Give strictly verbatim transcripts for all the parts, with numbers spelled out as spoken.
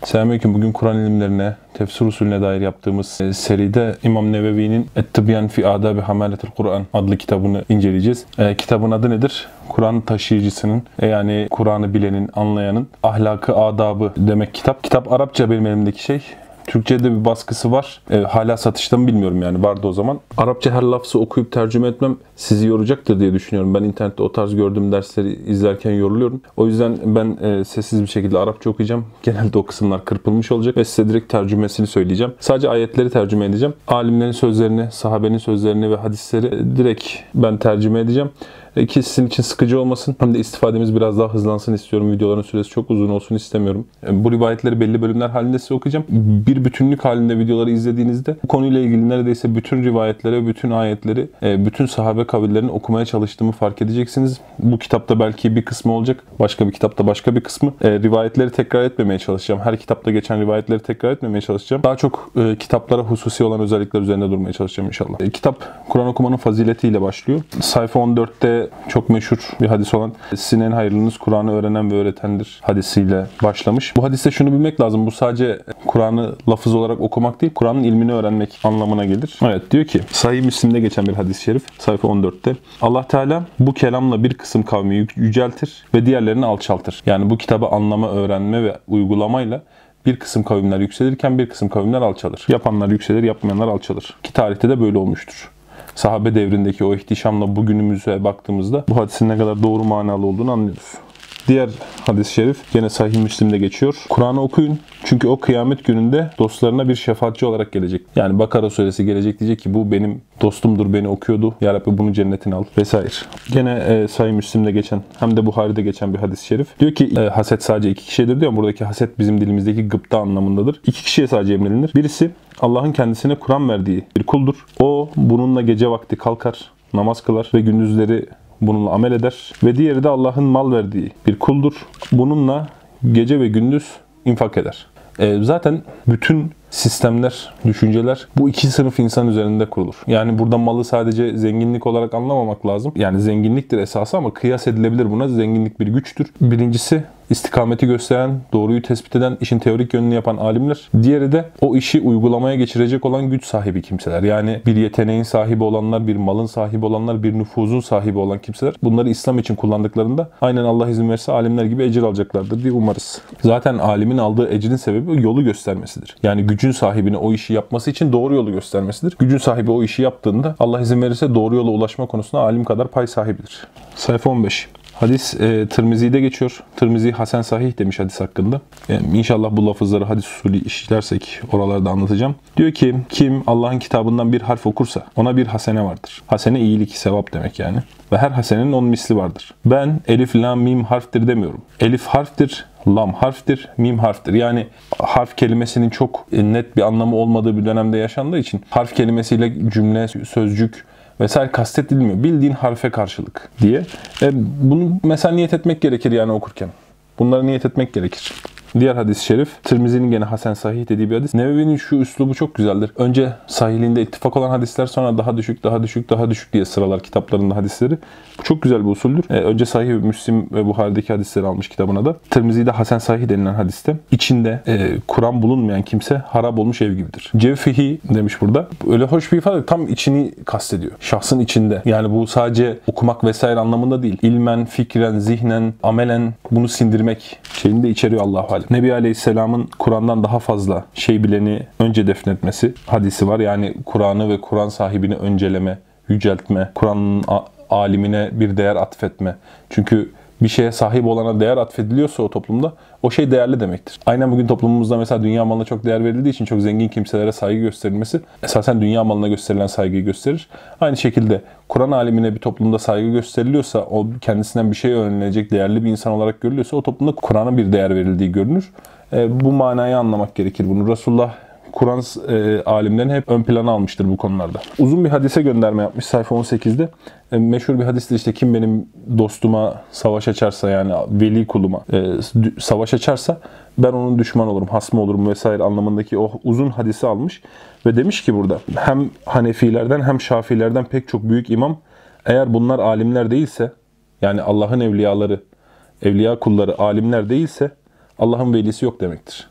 Selamünaleyküm. Bugün Kur'an ilimlerine, tefsir usulüne dair yaptığımız e, seride İmam Nevevi'nin Et-Tibyan fi Adabi Hamaletil Kur'an adlı kitabını inceleyeceğiz. E, kitabın adı nedir? Kur'an taşıyıcısının, e, yani Kur'an'ı bilenin, anlayanın ahlakı, adabı demek kitap. Kitap Arapça benim elimdeki şey. Türkçe'de bir baskısı var. E, hala satışta mı bilmiyorum yani. Vardı o zaman. Arapça her lafzı okuyup tercüme etmem sizi yoracaktır diye düşünüyorum. Ben internette o tarz gördüğüm dersleri izlerken yoruluyorum. O yüzden ben e, sessiz bir şekilde Arapça okuyacağım. Genelde o kısımlar kırpılmış olacak ve size direkt tercümesini söyleyeceğim. Sadece ayetleri tercüme edeceğim. Alimlerin sözlerini, sahabenin sözlerini ve hadisleri direkt ben tercüme edeceğim. Ki sizin için sıkıcı olmasın. Hem de istifademiz biraz daha hızlansın istiyorum. Videoların süresi çok uzun olsun istemiyorum. Bu rivayetleri belli bölümler halinde size okuyacağım. Bir bütünlük halinde videoları izlediğinizde bu konuyla ilgili neredeyse bütün rivayetlere, bütün ayetleri, bütün sahabe kavillerini okumaya çalıştığımı fark edeceksiniz. Bu kitapta belki bir kısmı olacak. Başka bir kitapta başka bir kısmı. Rivayetleri tekrar etmemeye çalışacağım. Her kitapta geçen rivayetleri tekrar etmemeye çalışacağım. Daha çok kitaplara hususi olan özellikler üzerinde durmaya çalışacağım inşallah. Kitap Kur'an okumanın faziletiyle başlıyor. Sayfa on dörtte çok meşhur bir hadis olan "Sizin en hayırlınız Kur'an'ı öğrenen ve öğretendir" hadisiyle başlamış. Bu hadiste şunu bilmek lazım. Bu sadece Kur'an'ı lafız olarak okumak değil, Kur'an'ın ilmini öğrenmek anlamına gelir. Evet, diyor ki Sahih Müslim'de geçen bir hadis-i şerif sayfa on dörtte. Allah Teala bu kelamla bir kısım kavmi yüceltir ve diğerlerini alçaltır. Yani bu kitabı anlama, öğrenme ve uygulamayla bir kısım kavimler yükselirken bir kısım kavimler alçalır. Yapanlar yükselir, yapmayanlar alçalır. Ki tarihte de böyle olmuştur. Sahabe devrindeki o ihtişamla bugünümüze baktığımızda bu hadisin ne kadar doğru manalı olduğunu anlıyoruz. Diğer hadis-i şerif gene Sahih Müslim'de geçiyor. Kur'an'ı okuyun çünkü o kıyamet gününde dostlarına bir şefaatçi olarak gelecek. Yani Bakara suresi gelecek, diyecek ki bu benim dostumdur, beni okuyordu. Ya Rabbi bunu cennetine al vesaire. Gene e, Sahih Müslim'de geçen hem de Buhari'de geçen bir hadis-i şerif. Diyor ki e, haset sadece iki kişiyedir diyor. Buradaki haset bizim dilimizdeki gıpta anlamındadır. İki kişiye sadece emredilir. Birisi Allah'ın kendisine Kur'an verdiği bir kuldur. O bununla gece vakti kalkar, namaz kılar ve gündüzleri bununla amel eder. Ve diğeri de Allah'ın mal verdiği bir kuldur. Bununla gece ve gündüz infak eder. E, zaten bütün sistemler, düşünceler bu iki sınıf insan üzerinde kurulur. Yani burada malı sadece zenginlik olarak anlamamak lazım. Yani zenginliktir esası ama kıyas edilebilir buna. Zenginlik bir güçtür. Birincisi istikameti gösteren, doğruyu tespit eden, işin teorik yönünü yapan alimler. Diğeri de o işi uygulamaya geçirecek olan güç sahibi kimseler. Yani bir yeteneğin sahibi olanlar, bir malın sahibi olanlar, bir nüfuzun sahibi olan kimseler. Bunları İslam için kullandıklarında aynen Allah izin verirse alimler gibi ecir alacaklardır diye umarız. Zaten alimin aldığı ecrin sebebi yolu göstermesidir. Yani gücün sahibine o işi yapması için doğru yolu göstermesidir. Gücün sahibi o işi yaptığında Allah izin verirse doğru yola ulaşma konusunda alim kadar pay sahibidir. Sayfa on beş. Hadis e, Tirmizi'de geçiyor. Tirmizi Hasen Sahih demiş hadis hakkında. Yani inşallah bu lafızları hadis usulü işlersek oralarda anlatacağım. Diyor ki kim Allah'ın kitabından bir harf okursa ona bir hasene vardır. Hasene iyilik, sevap demek yani. Ve her hasenenin on misli vardır. Ben elif, lam, mim harftir demiyorum. Elif harftir, lam harftir, mim harftir. Yani harf kelimesinin çok net bir anlamı olmadığı bir dönemde yaşandığı için harf kelimesiyle cümle, sözcük vesaire kastetilmiyor. Bildiğin harfe karşılık diye. E, bunu mesela niyet etmek gerekir yani okurken. Bunları niyet etmek gerekir. Diğer hadis-i şerif, Tirmizi'nin gene Hasen Sahih dediği bir hadis. Nevevi'nin şu üslubu çok güzeldir. Önce sahihliğinde ittifak olan hadisler, sonra daha düşük, daha düşük, daha düşük diye sıralar kitaplarında hadisleri. Bu çok güzel bir usuldür. Ee, önce Sahih Müslim ve Buhari'deki hadisleri almış kitabına da. Tirmizi'de Hasen Sahih denilen hadiste içinde e, Kur'an bulunmayan kimse harap olmuş ev gibidir. Cevfihi demiş burada. Öyle hoş bir ifade, tam içini kastediyor. Şahsın içinde. Yani bu sadece okumak vesaire anlamında değil. İlmen, fikren, zihnen, amelen bunu sindirmek şeyini de içeriyor Allah-u Alem. Nebi Aleyhisselam'ın Kur'an'dan daha fazla şey bileni önce defnetmesi hadisi var. Yani Kur'an'ı ve Kur'an sahibini önceleme, yüceltme, Kur'an'ın alimine bir değer atfetme. Çünkü bir şeye sahip olana değer atfediliyorsa o toplumda o şey değerli demektir. Aynen bugün toplumumuzda mesela dünya malına çok değer verildiği için çok zengin kimselere saygı gösterilmesi esasen dünya malına gösterilen saygıyı gösterir. Aynı şekilde Kur'an alimine bir toplumda saygı gösteriliyorsa, o kendisinden bir şey öğrenilecek değerli bir insan olarak görülüyorsa o toplumda Kur'an'a bir değer verildiği görünür. E, bu manayı anlamak gerekir bunu. Resulullah Kur'an e, alimlerini hep ön plana almıştır bu konularda. Uzun bir hadise gönderme yapmış sayfa on sekizde. E, meşhur bir hadistir işte, kim benim dostuma savaş açarsa, yani veli kuluma e, savaş açarsa ben onun düşman olurum, hasmı olurum vesaire anlamındaki o uzun hadisi almış. Ve demiş ki burada hem Hanefilerden hem Şafilerden pek çok büyük imam, eğer bunlar alimler değilse, yani Allah'ın evliyaları, evliya kulları alimler değilse Allah'ın velisi yok demektir.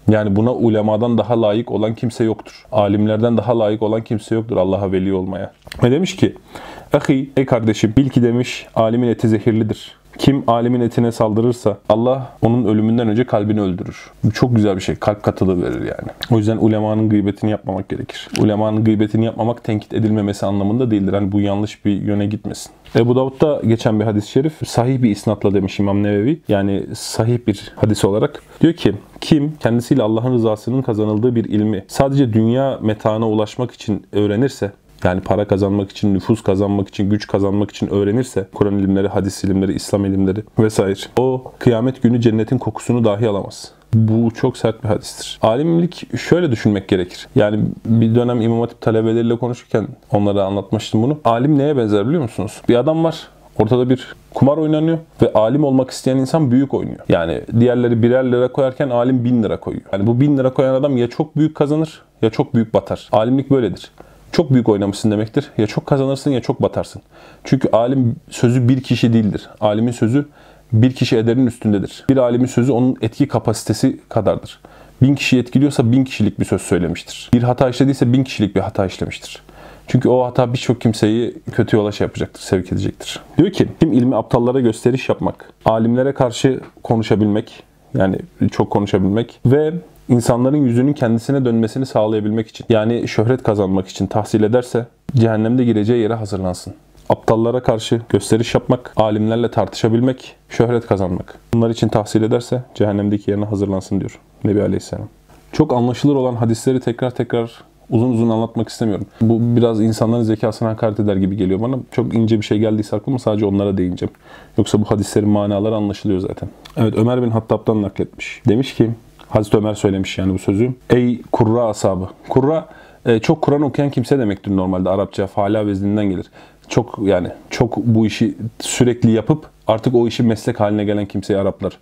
Yani buna ulemadan daha layık olan kimse yoktur. Alimlerden daha layık olan kimse yoktur Allah'a veli olmaya. Ve demiş ki, "Ahi, ey kardeşim, bil ki demiş, alimin eti zehirlidir. Kim alimin etine saldırırsa Allah onun ölümünden önce kalbini öldürür." Bu çok güzel bir şey. Kalp katılığı verir yani. O yüzden ulemanın gıybetini yapmamak gerekir. Ulemanın gıybetini yapmamak tenkit edilmemesi anlamında değildir. Hani bu yanlış bir yöne gitmesin. Ebu Davud'da geçen bir hadis-i şerif, sahih bir isnatla demiş İmam Nevevi. Yani sahih bir hadis olarak. Diyor ki, kim kendisiyle Allah'ın rızasının kazanıldığı bir ilmi sadece dünya metaına ulaşmak için öğrenirse, yani para kazanmak için, nüfus kazanmak için, güç kazanmak için öğrenirse, Kur'an ilimleri, hadis ilimleri, İslam ilimleri vesaire, o kıyamet günü cennetin kokusunu dahi alamaz. Bu çok sert bir hadistir. Alimlik şöyle düşünmek gerekir. Yani bir dönem İmam Hatip talebeleriyle konuşurken onlara anlatmıştım bunu. Alim neye benzer biliyor musunuz? Bir adam var. Ortada bir kumar oynanıyor ve alim olmak isteyen insan büyük oynuyor. Yani diğerleri birer lira koyarken alim bin lira koyuyor. Yani bu bin lira koyan adam ya çok büyük kazanır ya çok büyük batar. Alimlik böyledir. Çok büyük oynamışsın demektir. Ya çok kazanırsın ya çok batarsın. Çünkü alim sözü bir kişi değildir. Alimin sözü bir kişi ederin üstündedir. Bir alimin sözü onun etki kapasitesi kadardır. Bin kişiyi etkiliyorsa bin kişilik bir söz söylemiştir. Bir hata işlediyse bin kişilik bir hata işlemiştir. Çünkü o hata birçok kimseyi kötü yola şey yapacaktır, sevk edecektir. Diyor ki, kim ilmi aptallara gösteriş yapmak, alimlere karşı konuşabilmek, yani çok konuşabilmek ve insanların yüzünün kendisine dönmesini sağlayabilmek için, yani şöhret kazanmak için tahsil ederse cehennemde gireceği yere hazırlansın. Aptallara karşı gösteriş yapmak, alimlerle tartışabilmek, şöhret kazanmak. Bunlar için tahsil ederse cehennemdeki yerine hazırlansın diyor Nebi Aleyhisselam. Çok anlaşılır olan hadisleri tekrar tekrar uzun uzun anlatmak istemiyorum. Bu biraz insanların zekasına hakaret eder gibi geliyor bana. Çok ince bir şey geldiyse aklıma sadece onlara değineceğim. Yoksa bu hadislerin manaları anlaşılıyor zaten. Evet, Ömer bin Hattab'dan nakletmiş. Demiş ki, Hazreti Ömer söylemiş yani bu sözü. Ey kurra ashabı. Kurra çok Kur'an okuyan kimse demektir normalde. Arapça faala vezninden gelir. Çok yani çok bu işi sürekli yapıp artık o işi meslek haline gelen kimseyi Araplar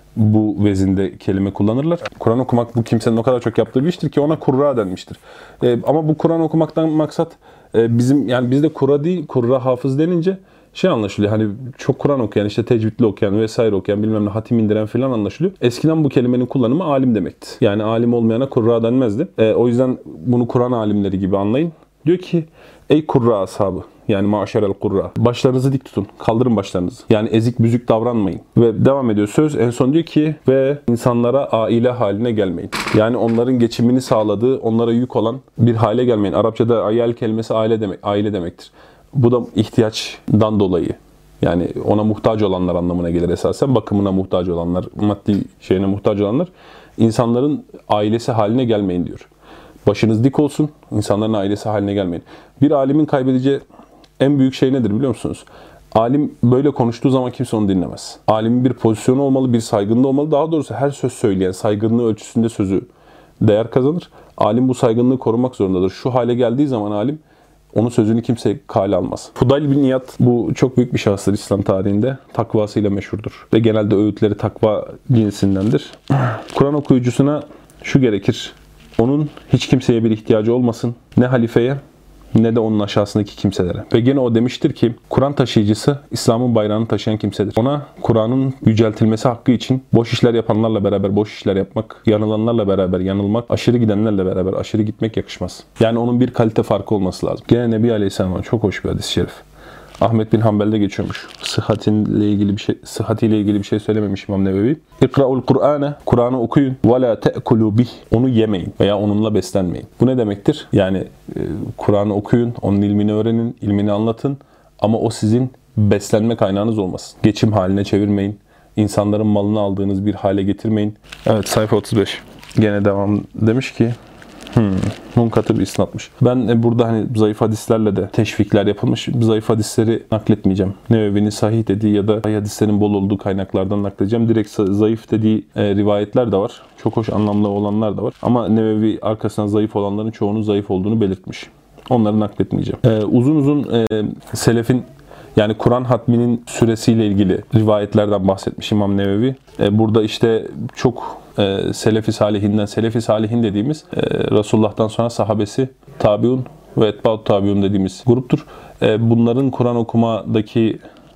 bu vezinde kelime kullanırlar. Kur'an okumak bu kimsenin o kadar çok yaptığı bir iştir ki ona kurra denmiştir. E, ama bu Kur'an okumaktan maksat e, bizim yani bizde kurra değil, kurra hafız denince şey anlaşılıyor. Hani çok Kur'an okuyan, işte tecvidli okuyan vesaire okuyan, bilmem ne hatim indiren filan anlaşılıyor. Eskiden bu kelimenin kullanımı alim demekti. Yani alim olmayana kurra denmezdi. E, o yüzden bunu Kur'an alimleri gibi anlayın. Diyor ki, ey kurra ashabı, yani maşerel kurra, başlarınızı dik tutun, kaldırın başlarınızı. Yani ezik büzük davranmayın. Ve devam ediyor söz, en son diyor ki, ve insanlara aile haline gelmeyin. Yani onların geçimini sağladığı, onlara yük olan bir hale gelmeyin. Arapçada ayel kelimesi aile demek, aile demektir. Bu da ihtiyaçtan dolayı. Yani ona muhtaç olanlar anlamına gelir esasen. Bakımına muhtaç olanlar, maddi şeyine muhtaç olanlar. İnsanların ailesi haline gelmeyin diyor. Başınız dik olsun, insanların ailesi haline gelmeyin. Bir alimin kaybedeceği en büyük şey nedir biliyor musunuz? Alim böyle konuştuğu zaman kimse onu dinlemez. Alimin bir pozisyonu olmalı, bir saygınlığı olmalı. Daha doğrusu her söz söyleyen saygınlığı ölçüsünde sözü değer kazanır. Alim bu saygınlığı korumak zorundadır. Şu hale geldiği zaman alim, onun sözünü kimse kale almaz. Fudayl bin İyad bu çok büyük bir şahıstır İslam tarihinde. Takvasıyla meşhurdur. Ve genelde öğütleri takva cinsindendir. Kur'an okuyucusuna şu gerekir. Onun hiç kimseye bir ihtiyacı olmasın. Ne halifeye ne de onun aşağısındaki kimselere. Ve gene o demiştir ki, Kur'an taşıyıcısı İslam'ın bayrağını taşıyan kimsedir. Ona Kur'an'ın yüceltilmesi hakkı için boş işler yapanlarla beraber boş işler yapmak, yanılanlarla beraber yanılmak, aşırı gidenlerle beraber aşırı gitmek yakışmaz. Yani onun bir kalite farkı olması lazım. Gene Nebi Aleyhisselam'ın çok hoş bir hadis-i şerif. Ahmet bin Hanbel'de geçiyormuş. Sıhhatinle ilgili bir şey, sıhhatiyle ilgili bir şey söylememiş İmam Nevevi. İkra'ul Kur'ane, Kur'an'ı okuyun. Ve la te'kulu bih. Onu yemeyin veya onunla beslenmeyin. Bu ne demektir? Yani e, Kur'an'ı okuyun, onun ilmini öğrenin, ilmini anlatın ama o sizin beslenme kaynağınız olmasın. Geçim haline çevirmeyin. İnsanların malını aldığınız bir hale getirmeyin. Evet, sayfa otuz beş. Gene devam demiş ki, Hmm, munkatır bir isnatmış. Ben e, burada hani zayıf hadislerle de teşvikler yapılmış. Zayıf hadisleri nakletmeyeceğim. Nevevi'nin sahih dediği ya da sahih hadislerin bol olduğu kaynaklardan nakledeceğim. Direkt zayıf dediği e, rivayetler de var. Çok hoş anlamlı olanlar da var. Ama Nevevi arkasından zayıf olanların çoğunun zayıf olduğunu belirtmiş. Onları nakletmeyeceğim. E, uzun uzun e, selefin yani Kur'an hatminin süresiyle ilgili rivayetlerden bahsetmiş İmam Nevevi. E, burada işte çok e, Selefi Salihinden, Selefi Salihin dediğimiz e, Resulullah'tan sonra sahabesi, tabiun ve etbaut tabiun dediğimiz gruptur. E, bunların Kur'an okumadaki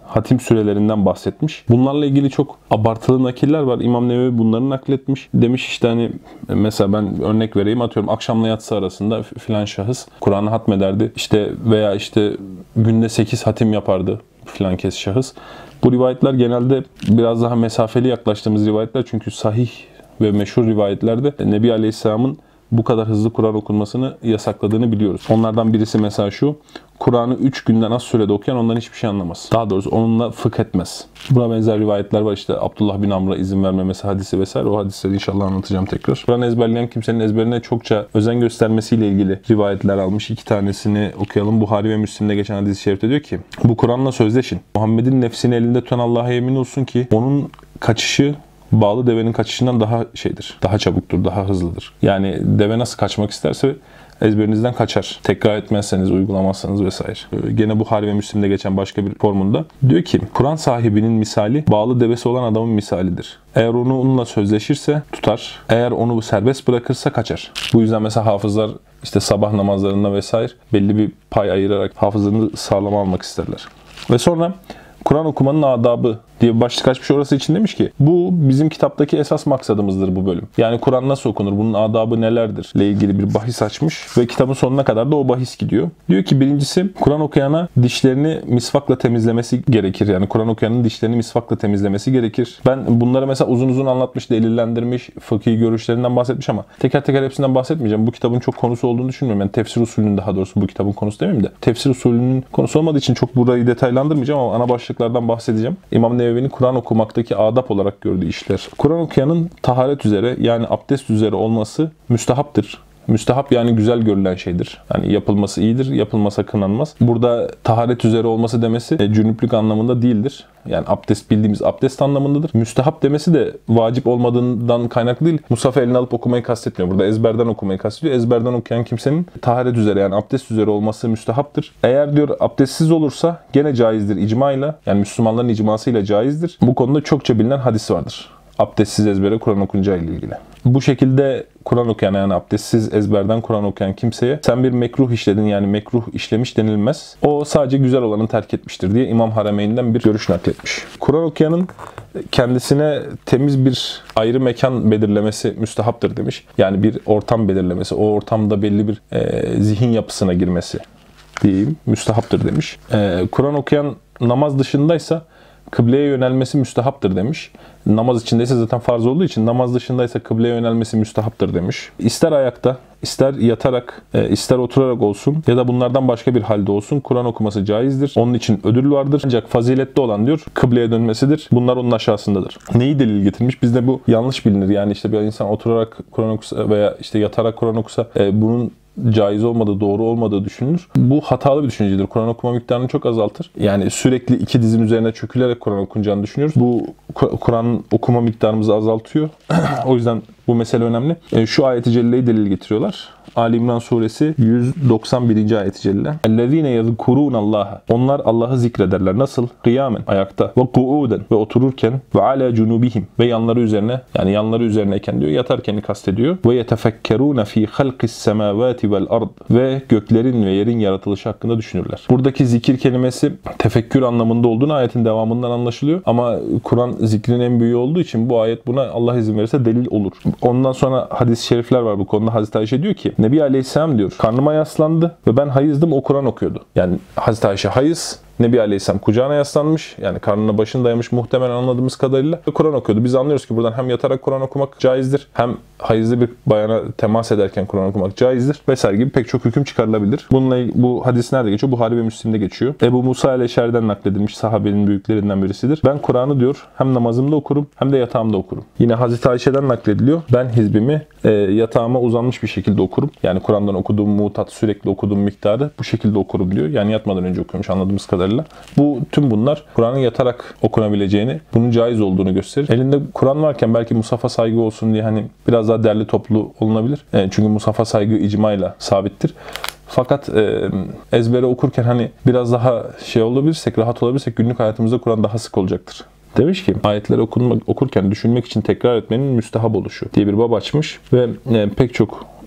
hatim sürelerinden bahsetmiş. Bunlarla ilgili çok abartılı nakiller var. İmam Nevevi bunları nakletmiş. Demiş işte hani mesela ben örnek vereyim, atıyorum akşamla yatsı arasında filan şahıs Kur'an'ı hatmederdi. İşte veya işte günde sekiz hatim yapardı filan kes şahıs. Bu rivayetler genelde biraz daha mesafeli yaklaştığımız rivayetler, çünkü sahih ve meşhur rivayetlerde Nebi Aleyhisselam'ın bu kadar hızlı Kur'an okunmasını yasakladığını biliyoruz. Onlardan birisi mesela şu: Kur'an'ı üç günden az sürede okuyan ondan hiçbir şey anlamaz. Daha doğrusu onunla fıkh etmez. Buna benzer rivayetler var. İşte Abdullah bin Amr'a izin vermemesi hadisi vesaire. O hadisleri inşallah anlatacağım tekrar. Kur'an ezberleyen kimsenin ezberine çokça özen göstermesiyle ilgili rivayetler almış. İki tanesini okuyalım. Buhari ve Müslim'de geçen hadis-i şerifte diyor ki: bu Kur'an'la sözleşin. Muhammed'in nefsini elinde tutan Allah'a yemin olsun ki onun kaçışı bağlı devenin kaçışından daha şeydir. Daha çabuktur, daha hızlıdır. Yani deve nasıl kaçmak isterse ezberinizden kaçar. Tekrar etmezseniz, uygulamazsanız vesaire. Gene Buhari ve Müslim'de geçen başka bir formunda diyor ki: Kur'an sahibinin misali bağlı devesi olan adamın misalidir. Eğer onu onunla sözleşirse tutar. Eğer onu serbest bırakırsa kaçar. Bu yüzden mesela hafızlar işte sabah namazlarında vesaire belli bir pay ayırarak hafızlığını sağlama almak isterler. Ve sonra Kur'an okumanın adabı diye bir başlık açmış, orası için demiş ki bu bizim kitaptaki esas maksadımızdır bu bölüm. Yani Kur'an nasıl okunur, bunun adabı nelerdir ile ilgili bir bahis açmış ve kitabın sonuna kadar da o bahis gidiyor. Diyor ki birincisi, Kur'an okuyana dişlerini misvakla temizlemesi gerekir. Yani Kur'an okuyanın dişlerini misvakla temizlemesi gerekir. Ben bunları mesela uzun uzun anlatmış, delillendirmiş, fıkhi görüşlerinden bahsetmiş ama teker teker hepsinden bahsetmeyeceğim. Bu kitabın çok konusu olduğunu düşünmüyorum. Yani tefsir usulünün, daha doğrusu bu kitabın konusu demeyeyim de, tefsir usulünün konusu olmadığı için çok burayı detaylandırmayacağım ama ana başlıklardan bahsedeceğim. İmam Nevevi'nin Kur'an okumaktaki adap olarak gördüğü işler. Kur'an okuyanın taharet üzere, yani abdest üzere olması müstehaptır. Müstehap yani güzel görülen şeydir. Yani yapılması iyidir, yapılmasa kınanmaz. Burada taharet üzere olması demesi e, cünüplük anlamında değildir. Yani abdest bildiğimiz abdest anlamındadır. Müstehap demesi de vacip olmadığından kaynaklı değil. Mushaf'ı eline alıp okumayı kastetmiyor. Burada ezberden okumayı kastediyor. Ezberden okuyan kimsenin taharet üzere, yani abdest üzere olması müstehaptır. Eğer diyor abdestsiz olursa gene caizdir icmayla. Yani Müslümanların icmasıyla caizdir. Bu konuda çokça bilinen hadis vardır. Abdestsiz ezbere Kur'an okunacağı ile ilgili. Bu şekilde Kur'an okuyan, yani abdestsiz ezberden Kur'an okuyan kimseye sen bir mekruh işledin, yani mekruh işlemiş denilmez. O sadece güzel olanı terk etmiştir diye İmam Harameyn'den bir görüş nakletmiş. Kur'an okuyanın kendisine temiz bir ayrı mekan belirlemesi müstehaptır demiş. Yani bir ortam belirlemesi, o ortamda belli bir e, zihin yapısına girmesi diyeyim müstehaptır demiş. E, Kur'an okuyan namaz dışındaysa kıbleye yönelmesi müstehaptır demiş. Namaz içindeyse zaten farz olduğu için, namaz dışındaysa kıbleye yönelmesi müstehaptır demiş. İster ayakta, ister yatarak, ister oturarak olsun ya da bunlardan başka bir halde olsun Kur'an okuması caizdir. Onun için ödül vardır. Ancak faziletli olan diyor kıbleye dönmesidir. Bunlar onun aşağısındadır. Neyi delil getirmiş? Bizde bu yanlış bilinir. Yani işte bir insan oturarak Kur'an okusa veya işte yatarak Kur'an okusa bunun caiz olmadığı, doğru olmadığı düşünülür. Bu hatalı bir düşüncedir. Kur'an okuma miktarını çok azaltır. Yani sürekli iki dizin üzerine çökülerek Kur'an okunacağını düşünüyoruz. Bu Kur'an okuma miktarımızı azaltıyor. O yüzden bu mesele önemli. E, şu ayet-i celleyi delil getiriyorlar. Ali İmran suresi yüz doksan birinci ayet-i celle. اَلَّذ۪ينَ يَذْكُرُونَ اللّٰهَ Onlar Allah'ı zikrederler. Nasıl? Kıyamen, ayakta. Ve kuuden, ve otururken. Ve ala cunubihim, ve yanları üzerine, yani yanları üzerineyken diyor, yatarkeni kastediyor. Ve yetefekkerûne fî halqis semâvâti vel ard ve göklerin ve yerin yaratılışı hakkında düşünürler. Buradaki zikir kelimesi tefekkür anlamında olduğunu ayetin devamından anlaşılıyor. Ama Kur'an zikrin en büyüğü olduğu için bu ayet buna Allah izin verirse delil olur. Ondan sonra hadis-i şerifler var bu konuda. Hazreti Ayşe diyor ki, Nebi Aleyhisselam diyor, karnıma yaslandı ve ben hayızdım, o Kur'an okuyordu. Yani Hazreti Ayşe hayız, Nebi Aleyhisselam kucağına yaslanmış, yani karnına başını dayamış muhtemelen anladığımız kadarıyla Kur'an okuyordu. Biz anlıyoruz ki buradan hem yatarak Kur'an okumak caizdir, hem hayızlı bir bayana temas ederken Kur'an okumak caizdir vesaire gibi pek çok hüküm çıkarılabilir. Bununla bu hadis nerede geçiyor? Buhari ve Müslim'de geçiyor. Ebu Musa el-Eş'eriden nakledilmiş, sahabenin büyüklerinden birisidir. Ben Kur'an'ı diyor hem namazımda okurum hem de yatağımda okurum. Yine Hazreti Ayşe'den naklediliyor. Ben hizbimi e, yatağıma uzanmış bir şekilde okurum. Yani Kur'an'dan okuduğum mutat, sürekli okuduğum miktarı bu şekilde okurum diyor. Yani yatmadan önce okuyormuş anladığımız kadarıyla. Bu tüm bunlar Kur'an'ın yatarak okunabileceğini, bunun caiz olduğunu gösterir. Elinde Kur'an varken belki Musaf'a saygı olsun diye hani biraz daha derli toplu olunabilir. E, çünkü Musaf'a saygı icmayla sabittir. Fakat e, ezbere okurken hani biraz daha şey olabilirsek, rahat olabilirsek günlük hayatımızda Kur'an daha sık olacaktır. Demiş ki ayetleri okunmak, okurken düşünmek için tekrar etmenin müstehap oluşu diye bir bab açmış ve e, pek çok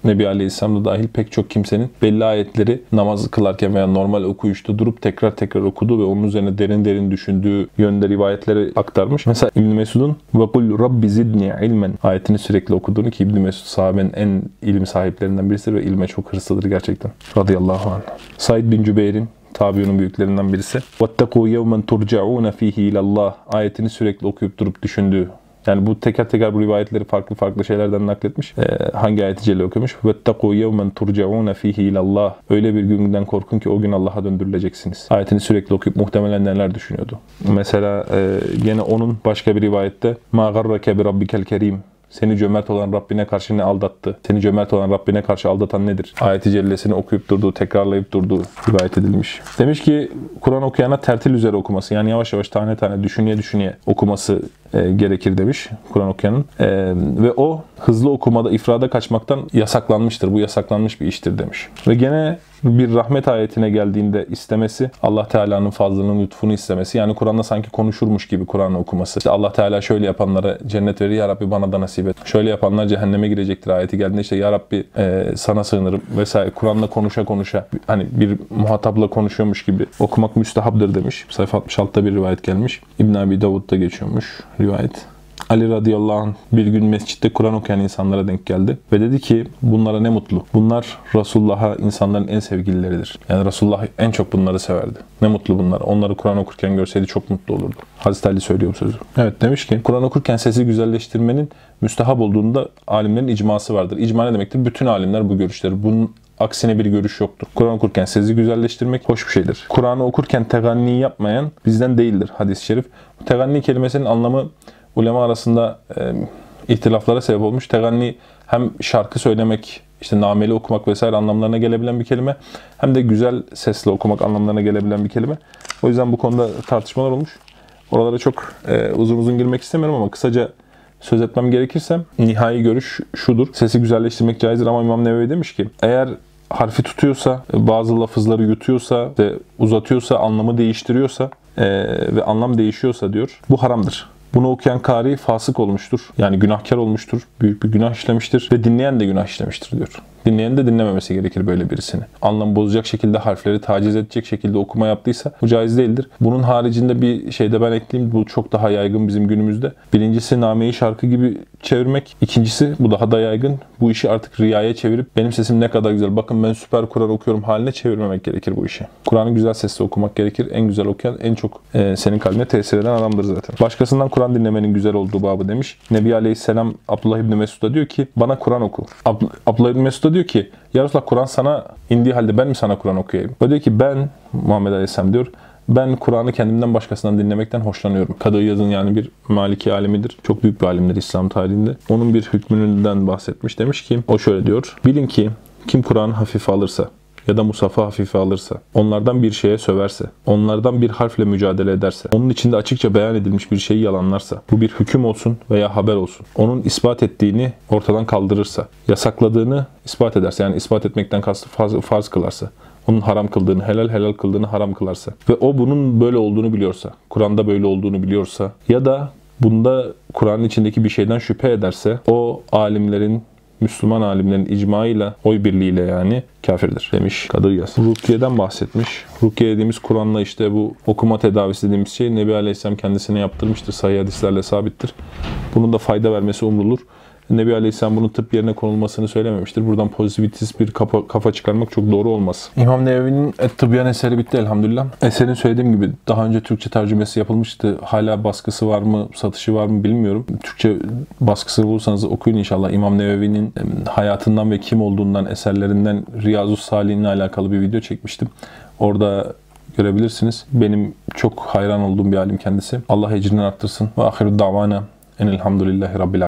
Nebi Aleyhisselam da dahil pek çok kimsenin belli ayetleri namaz kılarken veya normal okuyuşta durup tekrar tekrar okuduğu ve onun üzerine derin derin düşündüğü yönde rivayetleri aktarmış. Mesela İbn Mesud'un ve kul rabbi zidni ilmen ayetini sürekli okuduğunu, ki İbn Mesud sahabenin en ilim sahiplerinden birisidir ve ilme çok hırslıdır gerçekten. Radıyallahu anh. Said bin Cübeyr'in, tabiunun büyüklerinden birisi. وَاتَّقُوا يَوْمًا تُرْجَعُونَ ف۪يهِ اِلَى اللّٰهِ ayetini sürekli okuyup durup düşündüğü. Yani bu teker teker bu rivayetleri farklı farklı şeylerden nakletmiş. Ee, hangi ayeti celle okumuş? وَاتَّقُوا يَوْمًا تُرْجَعُونَ ف۪يهِ اِلَى اللّٰهِ öyle bir günden korkun ki o gün Allah'a döndürüleceksiniz. Ayetini sürekli okuyup muhtemelen neler düşünüyordu. Mesela e, gene onun başka bir rivayette مَا غَرَّكَ بِرَبِّكَ الْكَرِيمِ seni cömert olan Rabbine karşı ne aldattı? Seni cömert olan Rabbine karşı aldatan nedir? Ayet-i cellesini okuyup durduğu, tekrarlayıp durduğu rivayet edilmiş. Demiş ki Kur'an okuyana tertil üzere okuması, yani yavaş yavaş tane tane düşünüye düşünüye okuması e, gerekir demiş Kur'an okuyanın. E, ve o hızlı okumada ifrada kaçmaktan yasaklanmıştır. Bu yasaklanmış bir iştir demiş. Ve gene bir rahmet ayetine geldiğinde istemesi, Allah Teala'nın fazlının lütfunu istemesi. Yani Kur'an'da sanki konuşurmuş gibi Kur'an'ı okuması. İşte Allah Teala şöyle yapanlara cennet verir, ya Rabbi bana da nasip et. Şöyle yapanlar cehenneme girecektir ayeti geldiğinde işte ya Rabbi e, sana sığınırım vesaire. Kur'an'la konuşa konuşa hani bir muhatapla konuşuyormuş gibi okumak müstehapdır demiş. Sayfa altmış altıda bir rivayet gelmiş. İbn Abi Davud'da geçiyormuş rivayet. Ali radıyallahu anh bir gün mescitte Kur'an okuyan insanlara denk geldi ve dedi ki bunlara ne mutlu. Bunlar Resulullah'a insanların en sevgilileridir. Yani Resulullah en çok bunları severdi. Ne mutlu bunlar. Onları Kur'an okurken görseydi çok mutlu olurdu. Hazreti Ali söylüyor bu sözü. Evet, demiş ki Kur'an okurken sesi güzelleştirmenin müstehap olduğunda alimlerin icması vardır. İcma ne demektir? Bütün alimler bu görüşleri. Bunun aksine bir görüş yoktur. Kur'an okurken sesi güzelleştirmek hoş bir şeydir. Kur'an'ı okurken teganni yapmayan bizden değildir. Hadis-i şerif. Teganni kelimesinin anlamı ulema arasında e, ihtilaflara sebep olmuş. Teganni hem şarkı söylemek, işte nameli okumak vesaire anlamlarına gelebilen bir kelime, hem de güzel sesle okumak anlamlarına gelebilen bir kelime. O yüzden bu konuda tartışmalar olmuş. Oralara çok e, uzun uzun girmek istemiyorum ama kısaca söz etmem gerekirse nihai görüş şudur. Sesi güzelleştirmek caizdir ama İmam Nevevi demiş ki eğer harfi tutuyorsa, bazı lafızları yutuyorsa, ve uzatıyorsa, anlamı değiştiriyorsa e, ve anlam değişiyorsa diyor, bu haramdır. Bunu okuyan kari fasık olmuştur. Yani günahkar olmuştur. Büyük bir günah işlemiştir. Ve dinleyen de günah işlemiştir diyor. Dinleyen de dinlememesi gerekir böyle birisini. Anlamı bozacak şekilde, harfleri taciz edecek şekilde okuma yaptıysa bu caiz değildir. Bunun haricinde bir şeyde ben ekleyeyim. Bu çok daha yaygın bizim günümüzde. Birincisi nameyi şarkı gibi çevirmek. İkincisi, bu daha da yaygın, bu işi artık riyaya çevirip benim sesim ne kadar güzel, bakın ben süper Kur'an okuyorum haline çevirmemek gerekir bu işi. Kur'an'ı güzel sesle okumak gerekir. En güzel okuyan en çok e, senin kalbine tesir eden adamdır zaten. Başkasından Kur'an dinlemenin güzel olduğu babı demiş. Nebi Aleyhisselam Abdullah İbni Mesud'a diyor ki bana Kur'an oku. Ab Abdullah İbni Mesud'a diyor ki ya Resulallah, Kur'an sana indiği halde ben mi sana Kur'an okuyayım? O diyor ki ben, Muhammed Aleyhisselam diyor, ben Kur'an'ı kendimden başkasından dinlemekten hoşlanıyorum. Kadı Yaz'ın yani bir Maliki alimidir. Çok büyük bir alimdir İslam tarihinde. Onun bir hükmünden bahsetmiş. Demiş ki, o şöyle diyor. Bilin ki kim Kur'an'ı hafife alırsa ya da musafı hafife alırsa, onlardan bir şeye söverse, onlardan bir harfle mücadele ederse, onun içinde açıkça beyan edilmiş bir şeyi yalanlarsa, bu bir hüküm olsun veya haber olsun, onun ispat ettiğini ortadan kaldırırsa, yasakladığını ispat ederse, yani ispat etmekten kastı farz, farz kılarsa, onun haram kıldığını, helal helal kıldığını haram kılarsa ve o bunun böyle olduğunu biliyorsa, Kur'an'da böyle olduğunu biliyorsa ya da bunda Kur'an'ın içindeki bir şeyden şüphe ederse, o alimlerin, Müslüman alimlerin icmaıyla, oy birliğiyle yani kafirdir demiş Kadı Yaz. Rukiye'den bahsetmiş. Rukiye dediğimiz Kur'an'la işte bu okuma tedavisi dediğimiz şey Nebi Aleyhisselam kendisine yaptırmıştır. Sahih hadislerle sabittir. Bunun da fayda vermesi umulur. Nebi Aleyhisselam bunun tıp yerine konulmasını söylememiştir. Buradan pozitivist bir kafa, kafa çıkarmak çok doğru olmaz. İmam Nevevi'nin Et-Tıbyan eseri bitti elhamdülillah. Eserin söylediğim gibi daha önce Türkçe tercümesi yapılmıştı. Hala baskısı var mı, satışı var mı bilmiyorum. Türkçe baskısı bulursanız okuyun inşallah. İmam Nevevi'nin hayatından ve kim olduğundan, eserlerinden Riyazu Salih'inle alakalı bir video çekmiştim. Orada görebilirsiniz. Benim çok hayran olduğum bir alim kendisi. Allah ecrini arttırsın. Ve ahiru davana enelhamdülillahi rabbil